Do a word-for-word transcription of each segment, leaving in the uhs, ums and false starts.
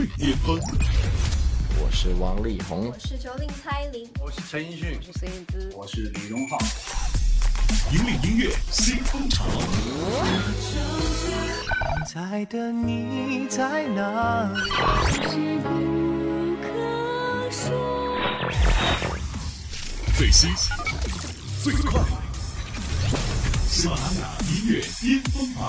最巅峰。 我是王力宏， 我是九零蔡琳， 我是陈奕迅， 我是孙燕姿， 我是李荣浩。 引领音乐新风潮。 在的你在哪里？ 最新最快，喜马拉雅音乐巅峰榜。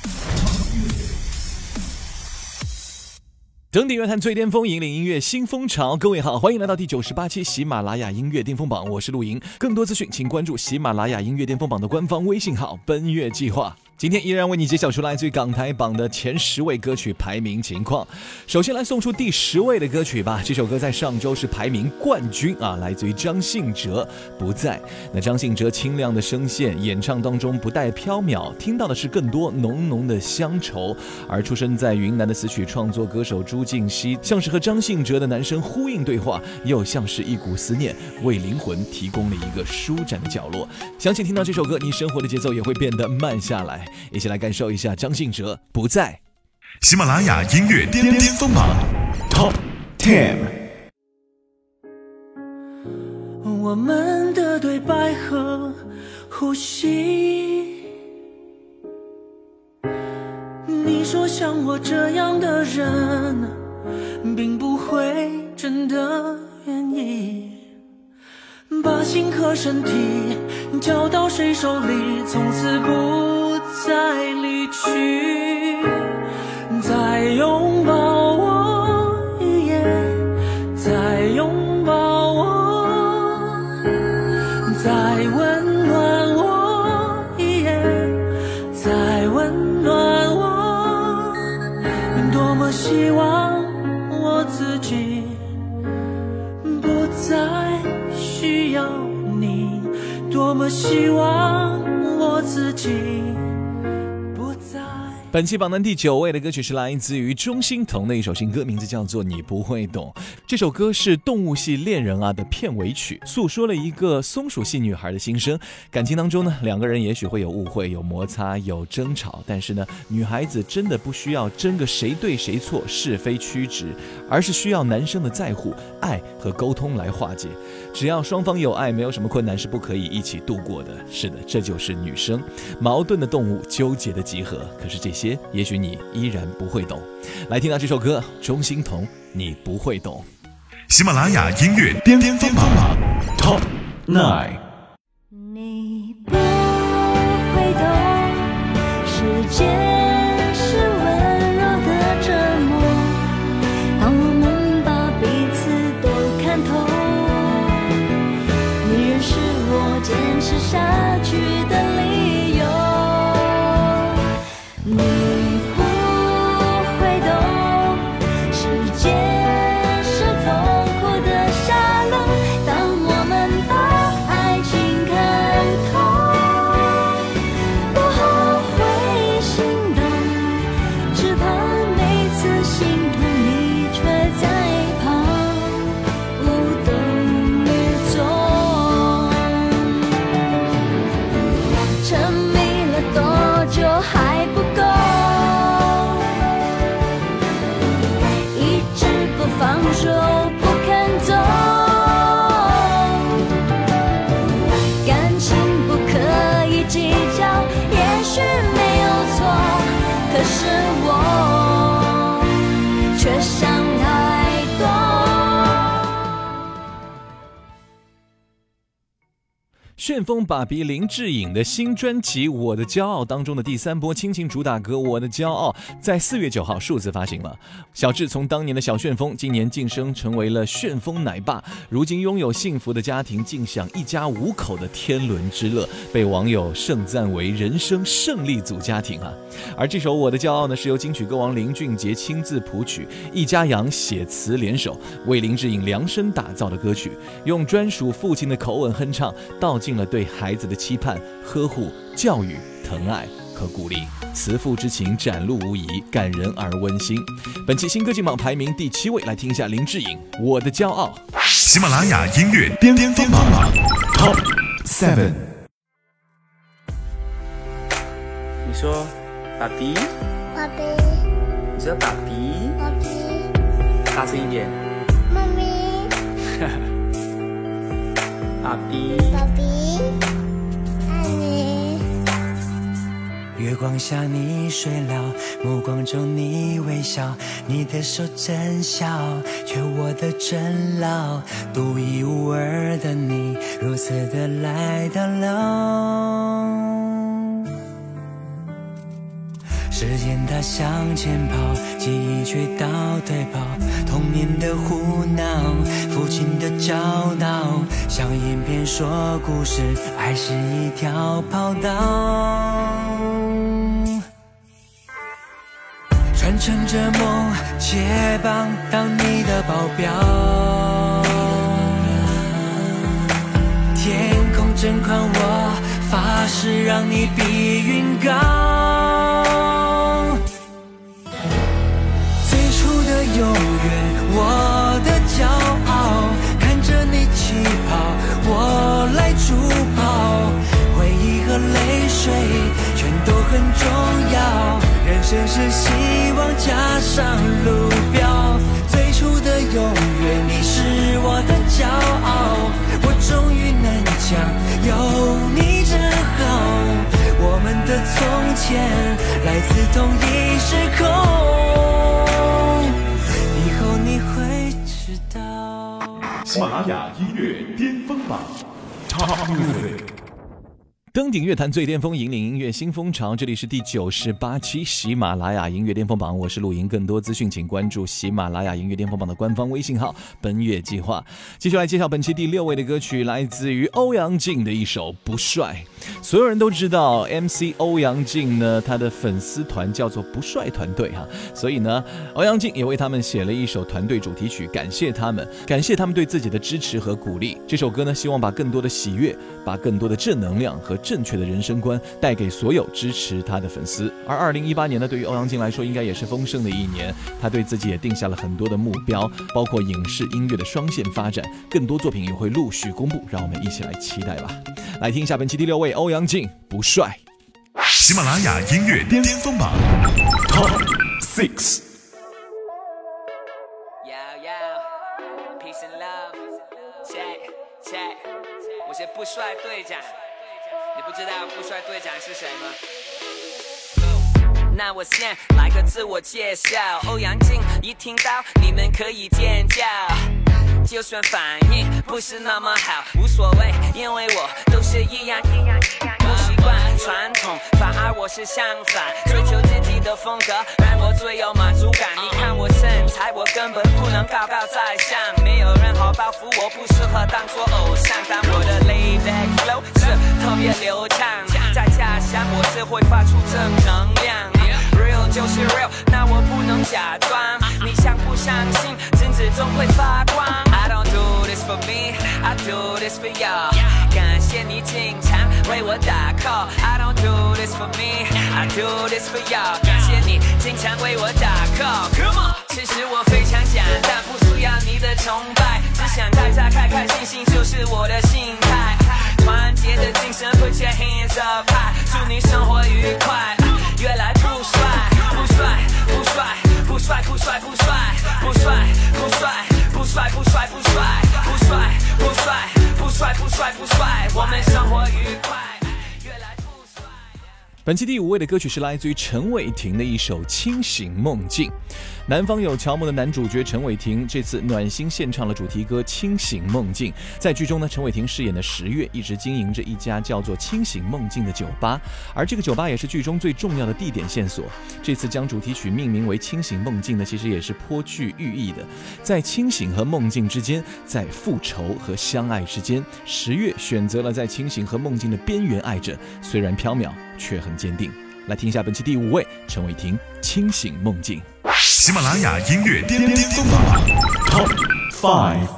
整体乐坛最巅峰，引领音乐新风潮。各位好，欢迎来到第九十八期喜马拉雅音乐巅峰榜，我是陆莹。更多资讯请关注喜马拉雅音乐巅峰榜的官方微信号奔月计划。今天依然为你揭晓出来自于港台榜的前十位歌曲排名情况。首先来送出第十位的歌曲吧，这首歌在上周是排名冠军啊，来自于张信哲，不在。那张信哲清亮的声线，演唱当中不带飘渺，听到的是更多浓浓的乡愁。而出生在云南的词曲创作歌手朱静熙，像是和张信哲的男声呼应对话，又像是一股思念，为灵魂提供了一个舒展的角落。相信听到这首歌，你生活的节奏也会变得慢下来。一起来感受一下张信哲不在。 喜马拉雅音乐巅巅峰榜 Top Ten。 我们的对白和呼吸，你说像我这样的人并不会真的愿意把心和身体交到谁手里，从此不再离去，再拥抱我一夜，再拥抱我，再温暖我一夜，再温暖我，多么希望我自己不再需要你，多么希望我自己不再。 本期榜单第九位的歌曲是来自于钟欣桐的一首新歌，名字叫做《你不会懂》。这首歌是动物系恋人啊的片尾曲，诉说了一个松鼠系女孩的心声。感情当中呢，两个人也许会有误会、有摩擦、有争吵，但是呢，女孩子真的不需要争个谁对谁错、是非曲直，而是需要男生的在乎、爱和沟通来化解。只要双方有爱，没有什么困难是不可以一起度过的。是的，这就是女生，矛盾的动物，纠结的集合。可是这些也许你依然不会懂。来听到这首歌，钟欣桐，你不会懂。 喜马拉雅音乐巅巅峰榜 Top Nine。 你不会懂，世界是温柔的折磨。当我们把彼此都看透，你仍是我坚持下去的理由。你旋风爸比林志颖的新专辑《我的骄傲》当中的第三波亲情主打歌《我的骄傲》在四月九号数字发行了。小智从当年的小旋风，今年晋升成为了旋风奶爸，如今拥有幸福的家庭，尽享一家五口的天伦之乐，被网友盛赞为人生胜利组家庭啊！而这首《我的骄傲》呢，是由金曲歌王林俊杰亲自谱曲，易家扬写词联手，为林志颖量身打造的歌曲，用专属父亲的口吻哼唱，道尽了对孩子的期盼、呵护、教育、疼爱和鼓励，慈父之情展露无遗，感人而温馨。本期新歌金榜排名第七位，来听一下林志颖《我的骄傲》。 喜马拉雅音乐巅巅峰榜 Top Seven。 你说，爸比， 爸比， 你说爸比， 爸比， 大声一点。 妈咪， 爸比， 爸比，爱你。 月光下你睡了，目光中你微笑，你的手真小，却握得真牢，独一无二的你，如此的来到了。时间它向前跑，记忆却倒退跑，童年的胡闹，父亲的教导，像影片说故事，爱是一条跑道，传承着梦，肩膀当你的保镖，天空真宽，我发誓让你比云高。永远我的骄傲，看着你起跑，我来助跑，回忆和泪水全都很重要，人生是希望加上路标，最初的永远你是我的骄傲，我终于能讲有你真好，我们的从前来自同一时空，你会知道。 喜马拉雅音乐巅峰榜 Top Music， 登顶乐坛最巅峰，引领音乐新风潮。这里是第九十八期喜马拉雅音乐巅峰榜，我是陆莹。更多资讯请关注喜马拉雅音乐巅峰榜的官方微信号奔月计划。继续来介绍本期第六位的歌曲，来自于欧阳靖的一首《不帅》。所有人都知道 M C 欧阳靖呢，他的粉丝团叫做不帅团队哈，所以呢，欧阳靖也为他们写了一首团队主题曲，感谢他们，感谢他们对自己的支持和鼓励。这首歌呢，希望把更多的喜悦，把更多的正能量和正确的人生观带给所有支持他的粉丝。而二零一八年呢，对于欧阳靖来说，应该也是丰盛的一年，他对自己也定下了很多的目标，包括影视音乐的双线发展，更多作品也会陆续公布，让我们一起来期待吧。来听一下本期第六位欧阳靖，不帅。 喜马拉雅音乐巅峰榜 Top Six。 我是不帅队长，你不知道不帅队长是谁吗？那我先来个自我介绍，欧阳靖，一听到你们可以尖叫，就算反应不是那么好，无所谓，因为我都是一样一样一样。不习惯传统，反而我是相反，追求自己的风格，让我最有满足感。你看我身材，我根本不能高高在上，没有任何包袱，我不适合当作偶像。但我的 laid back flow 是特别流畅，在家乡我只会发出正能量。Real 就是 real， 那我不能假装。你相不相信，镜子总会发光。I don't do this for me, I do this for y'all。感谢你经常为我打 call。I don't do this for me, I do this for y'all。感谢你经常为我打 call。Come on， 其实我非常简单，不需要你的崇拜，只想大家开开心心就是我的心态。团结的精神 ，Put your hands up high， 祝你生活愉快。越来不帅，不帅，不帅，不帅，不帅，不帅，不帅，不帅，不帅，不帅，不帅，不帅，不帅，不帅，不帅，不帅，我们生活愉快。 本期第五位的歌曲是来自于陈伟霆的一首《清醒梦境》。南方有乔木的男主角陈伟霆这次暖心献唱了主题歌《清醒梦境》。在剧中呢，陈伟霆饰演的十月一直经营着一家叫做清醒梦境的酒吧，而这个酒吧也是剧中最重要的地点线索。这次将主题曲命名为《清醒梦境》呢，其实也是颇具寓意的。在清醒和梦境之间，在复仇和相爱之间，十月选择了在清醒和梦境的边缘爱着，虽然缥缈，却很坚定。来听一下本期第五位陈伟霆《清醒梦境》。 喜马拉雅音乐巅峰榜 Top Five。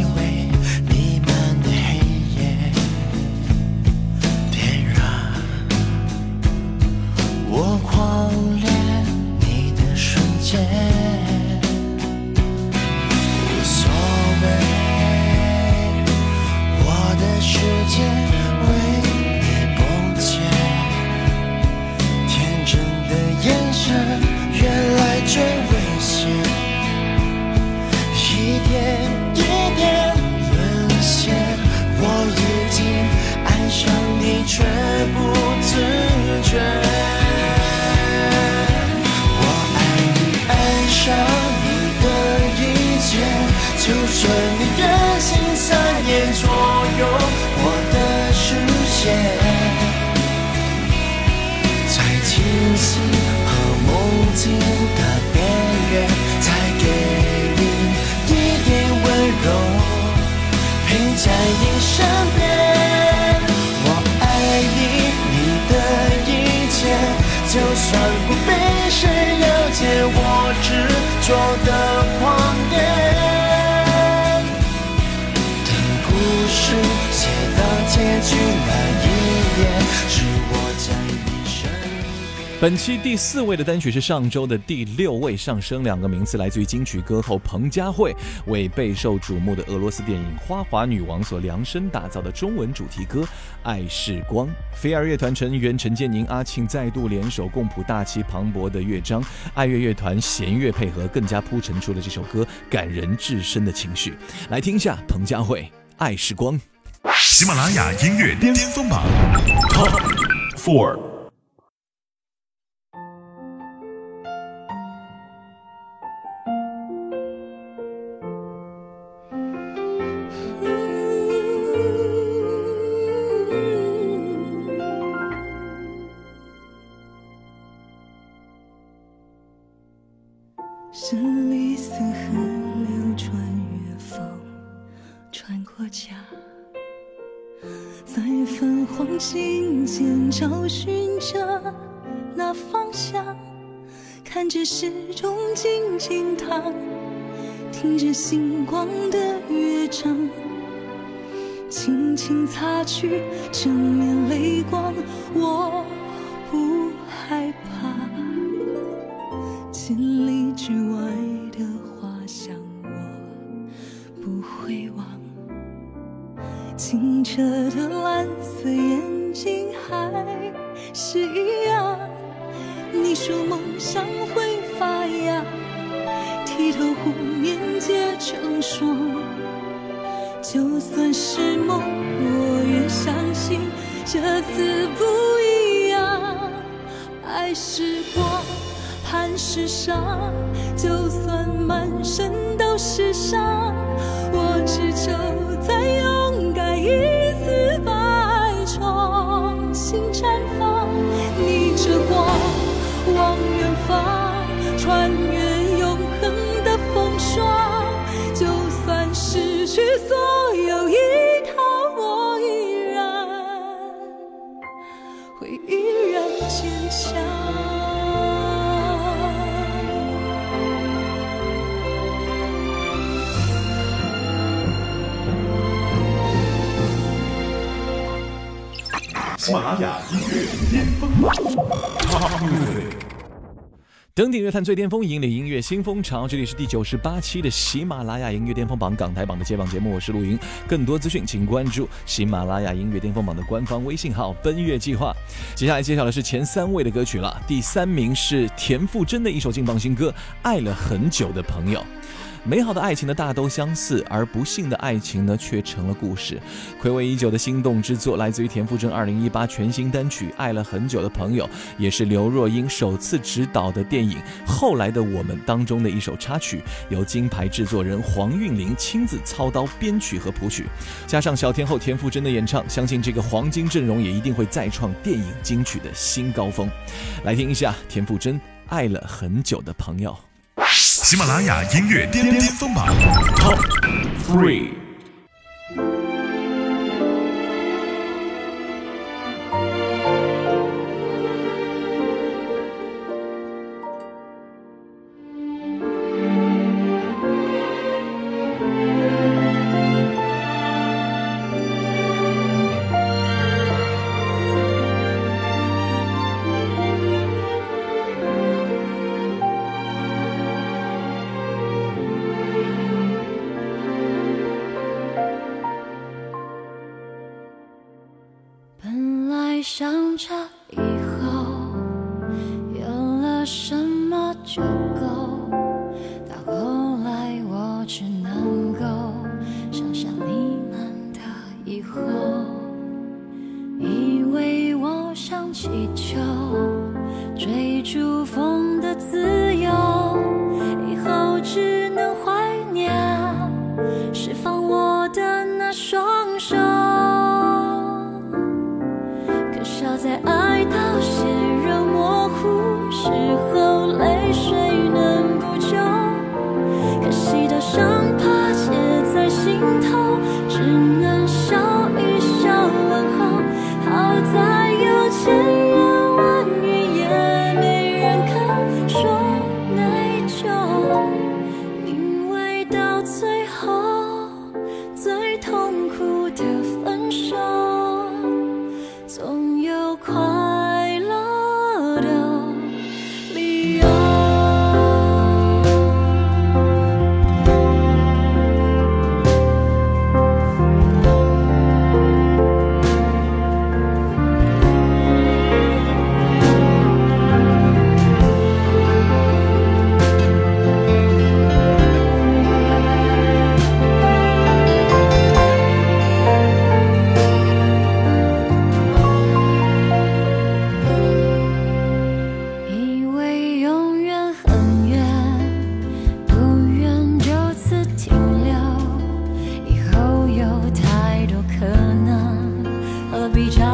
点燃去那一夜，是我在你身边。 本期第四位的单曲是上周的第六位，上升两个名次，来自于金曲歌后彭佳慧为备受瞩目的俄罗斯电影《花滑女王》所量身打造的中文主题歌《爱是光》。飞儿乐团成员陈建宁、阿庆再度联手，共谱大气磅礴的乐章，爱乐乐团弦乐配合，更加铺陈出了这首歌感人至深的情绪。来听一下彭佳慧《爱是光》。 喜马拉雅音乐巅峰榜 Top Four。 是绿色河流穿越风，穿过家，在泛黄心间找寻着那方向，看着时钟静静躺，听着星光的乐章，轻轻擦去正面泪光，我不害怕。千里之外的花香我不会忘，清澈的蓝色眼睛还是一样。你说梦想会发芽，剔透湖面结成霜，就算是梦我越相信这次不一样。爱是光，盼是伤，就算满身都是伤，我只求再勇敢一次，把爱重新绽放。逆着光往远方，穿越永恒的风霜，就算失去所有依靠，我依然会依然坚强。 喜马拉雅音乐巅峰榜 Top Music。 登顶乐坛最巅峰，引领音乐新风潮。这里是第九十八期的喜马拉雅音乐巅峰榜港台榜的接榜节目，我是陆莹。更多资讯请关注喜马拉雅音乐巅峰榜的官方微信号奔月计划。接下来介绍的是前三位的歌曲了。第三名是田馥甄的一首劲爆新歌《爱了很久的朋友》。美好的爱情呢大都相似，而不幸的爱情呢却成了故事。睽违已久的心动之作，来自于田馥甄二零一八全新单曲《爱了很久的朋友》，也是刘若英首次执导的电影《后来的我们》当中的一首插曲，由金牌制作人黄韵玲亲自操刀编曲和谱曲，加上小天后田馥甄的演唱，相信这个黄金阵容也一定会再创电影金曲的新高峰。来听一下田馥甄《爱了很久的朋友》。 喜马拉雅音乐巅巅峰榜 Top Three。 想着以后有了什么就够，到后来我只能够想象你们的以后，以为我像气球追逐风的自由，以后只能怀念释放我的那双手，笑在爱到血肉模糊时候，泪水能补救，可惜的伤疤结在心头，只能笑一笑问候。好在有千言万语也没人肯说内疚，因为到最后最痛苦的分手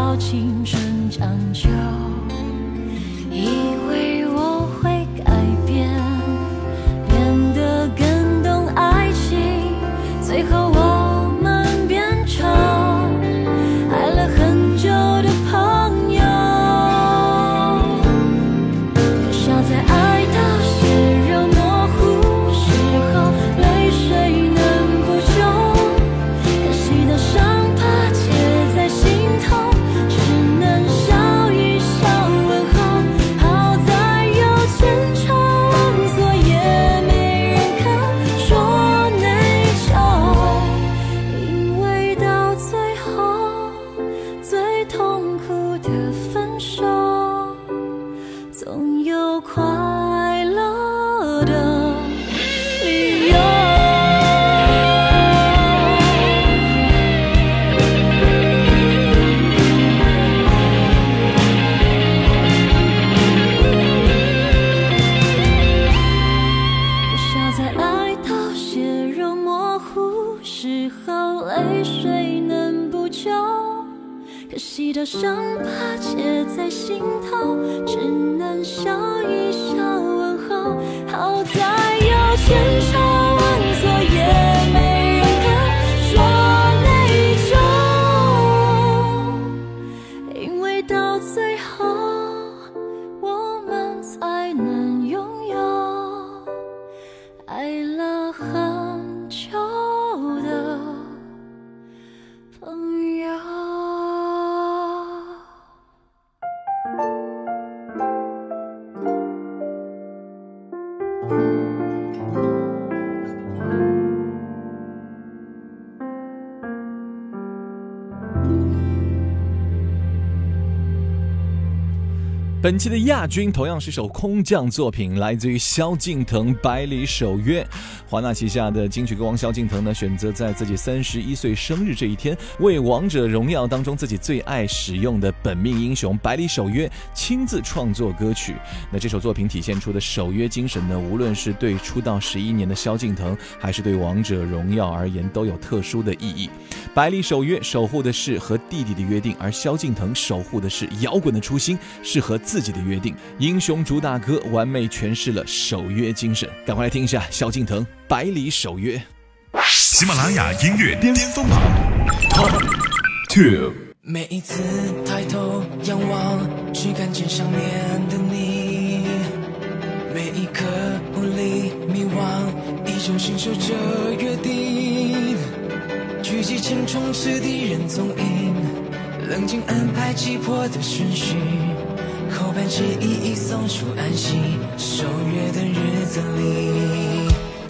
到青春将就，以为我会改变，变得更懂爱情，最后我们变成爱了很久的朋友。可笑在爱到血肉模糊时候，泪水能补救，可惜的伤疤结在心头，只能笑一笑问候。好在有千差万错，也没人肯说内疚，因为到最后最痛苦的分手，总有快乐的理由。可笑在爱到血肉模糊时候，泪水能补救，可惜的伤疤结在心头，只能笑一笑问候。好在有千差万错，也没人肯说内疚，因为到最后我们才能拥有爱了很久的朋友。 本期的亚军同样是首空降作品，来自于萧敬腾《百里守约》。华纳旗下的金曲歌王萧敬腾呢，选择在自己三十一岁生日这一天，为《王者荣耀》当中自己最爱使用的本命英雄百里守约亲自创作歌曲。那这首作品体现出的守约精神呢，无论是对出道十一年的萧敬腾，还是对《王者荣耀》而言，都有特殊的意义。百里守约守护的是和弟弟的约定，而萧敬腾守护的是摇滚的初心，是和自己的约定。英雄主打歌完美诠释了守约精神，赶快来听一下萧敬腾《百里守约》。 喜马拉雅音乐巅峰榜 Top Two。 每一次抬头仰望，只看见想念的你；每一刻无力迷惘，依旧信守着约定。狙击前冲刺敌人踪影，冷静安排击破的顺序，扣盘记忆已送出安息，守约的日子里。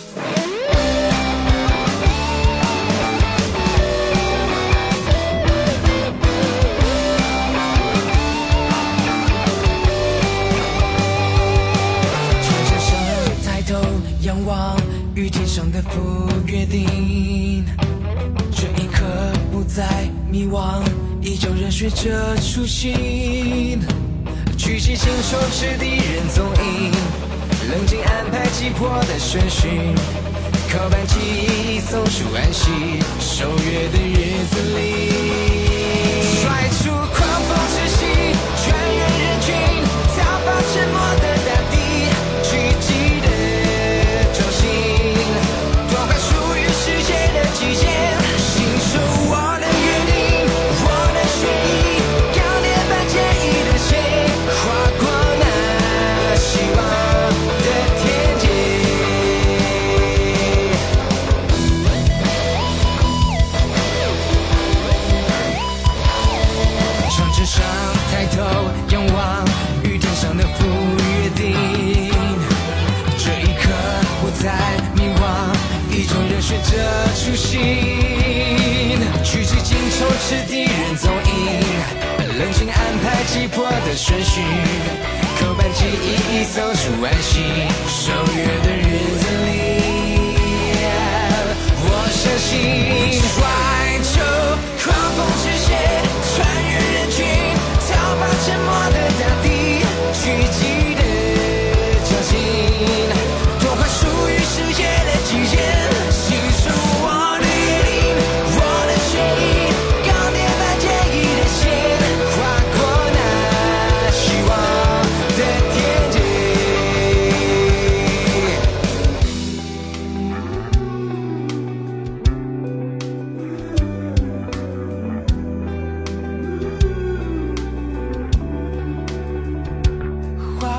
与天上的父约定，这一刻不再迷惘，依旧热血着初心。举起亲手持敌人踪影，冷静安排击破的顺序，扣盘记忆送出安息，守约的日子里。甩出狂风之息，穿越人群，逃跑沉默的大地，狙击的中心，夺回属于世界的极限，信守我的约定，我的血意，钢铁般坚毅的心，划过那希望的天际。船只上抬头仰望，与天上的父约定，这一刻不再迷惘，依旧热血着初心。狙击镜头持敌人踪影，冷静安排击破的顺序，扣盘记忆已送出安息，守约的日子里。我相信甩出狂风之血，穿越人群，逃跑沉默的大地，狙击的交心，夺回属于世界的极限，信守我的约定，我的血意，钢铁般坚毅的心，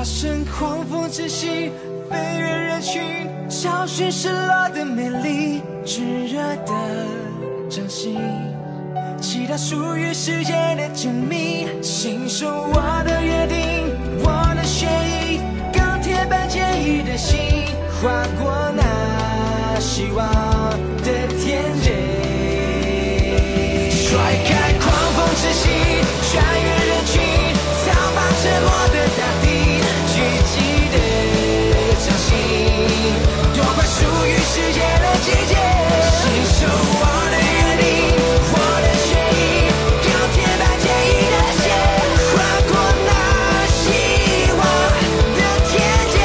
声狂风之息，飞越人群，找寻失落的美丽，炙热的掌心，祈祷属于世界的证明，信守我的约定，我的血液，钢铁般坚毅的心，划过那希望的天际，甩开狂风之息，穿越人群，逃跑沉默的大地，聚集的掌心，夺回属于世界的季节，信守我的约定，我的血液，钢铁般坚毅的线，划过那希望的天界。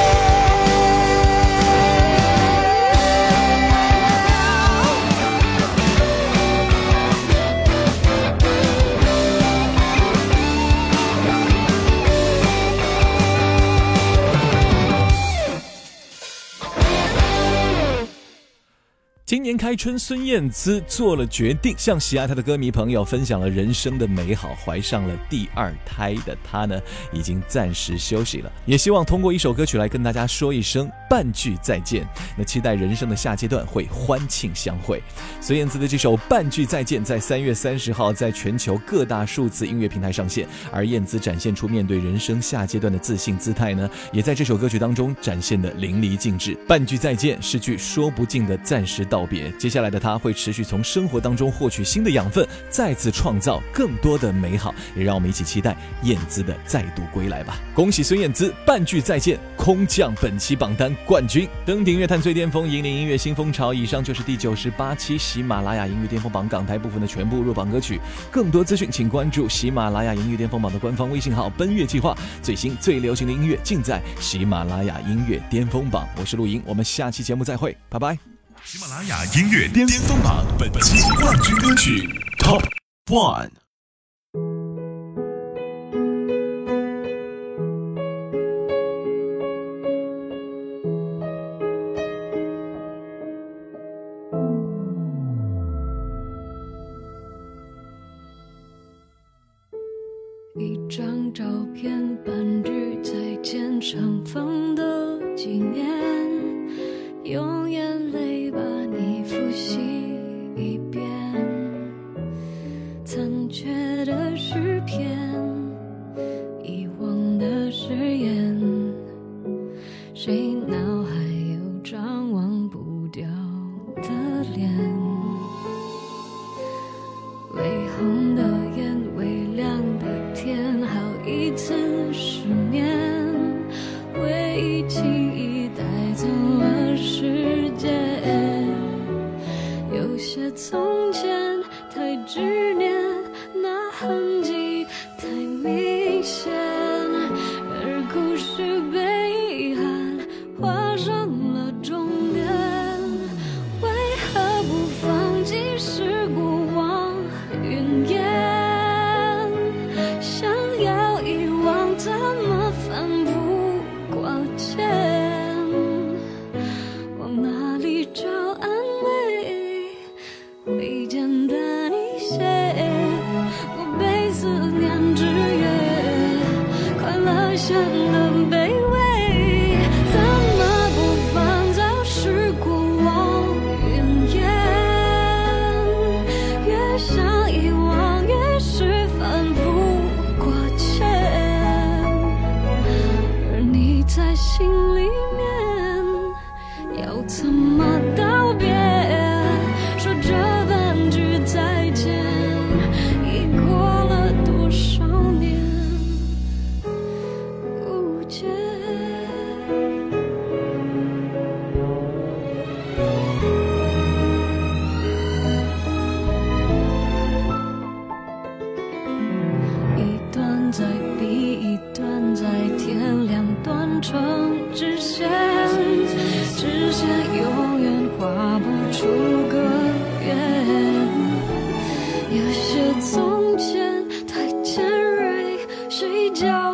今年开春，孙燕姿做了决定，向喜爱她的歌迷朋友分享了人生的美好。怀上了第二胎的她呢，已经暂时休息了，也希望通过一首歌曲来跟大家说一声半句再见。那期待人生的下阶段会欢庆相会。孙燕姿的这首《半句再见》在三月三十号在全球各大数字音乐平台上线，而燕姿展现出面对人生下阶段的自信姿态呢，也在这首歌曲当中展现的淋漓尽致。半句再见是句说不尽的暂时道别，接下来的他会持续从生活当中获取新的养分，再次创造更多的美好，也让我们一起期待燕姿的再度归来吧。恭喜孙燕姿半句再见空降本期榜单冠军，登顶乐坛最巅峰，引领音乐新风潮。以上就是第九十八期喜马拉雅音乐巅峰榜港台部分的全部入榜歌曲。更多资讯请关注喜马拉雅音乐巅峰榜的官方微信号奔月计划，最新最流行的音乐尽在喜马拉雅音乐巅峰榜。我是陆莹，我们下期节目再会，拜拜。 喜马拉雅音乐巅峰榜本期冠军歌曲 Top One。 一张照片，半句再见，相逢的纪念，用眼泪把你复习一遍，残缺的诗篇，遗忘的誓言，谁脑海有张忘不掉的脸，微红的眼，微亮的天，好一次失眠，回忆轻易带走了时间，有些从前太执念，那痕迹太明显，而故事被遗憾画上了终点，为何不放弃是过往云烟，想要遗忘怎么反复挂牵，往哪里找安慰，未见的你写，我被思念制约，快乐显得卑微，怎么不放早是过往云烟，越想遗忘越是反复挂牵，而你在心里面要怎么道别，说这半句再见已过了多少年，无解。一段在比一段在天，两段成直线，直线永远画不出个圆，有些从前太尖锐，谁叫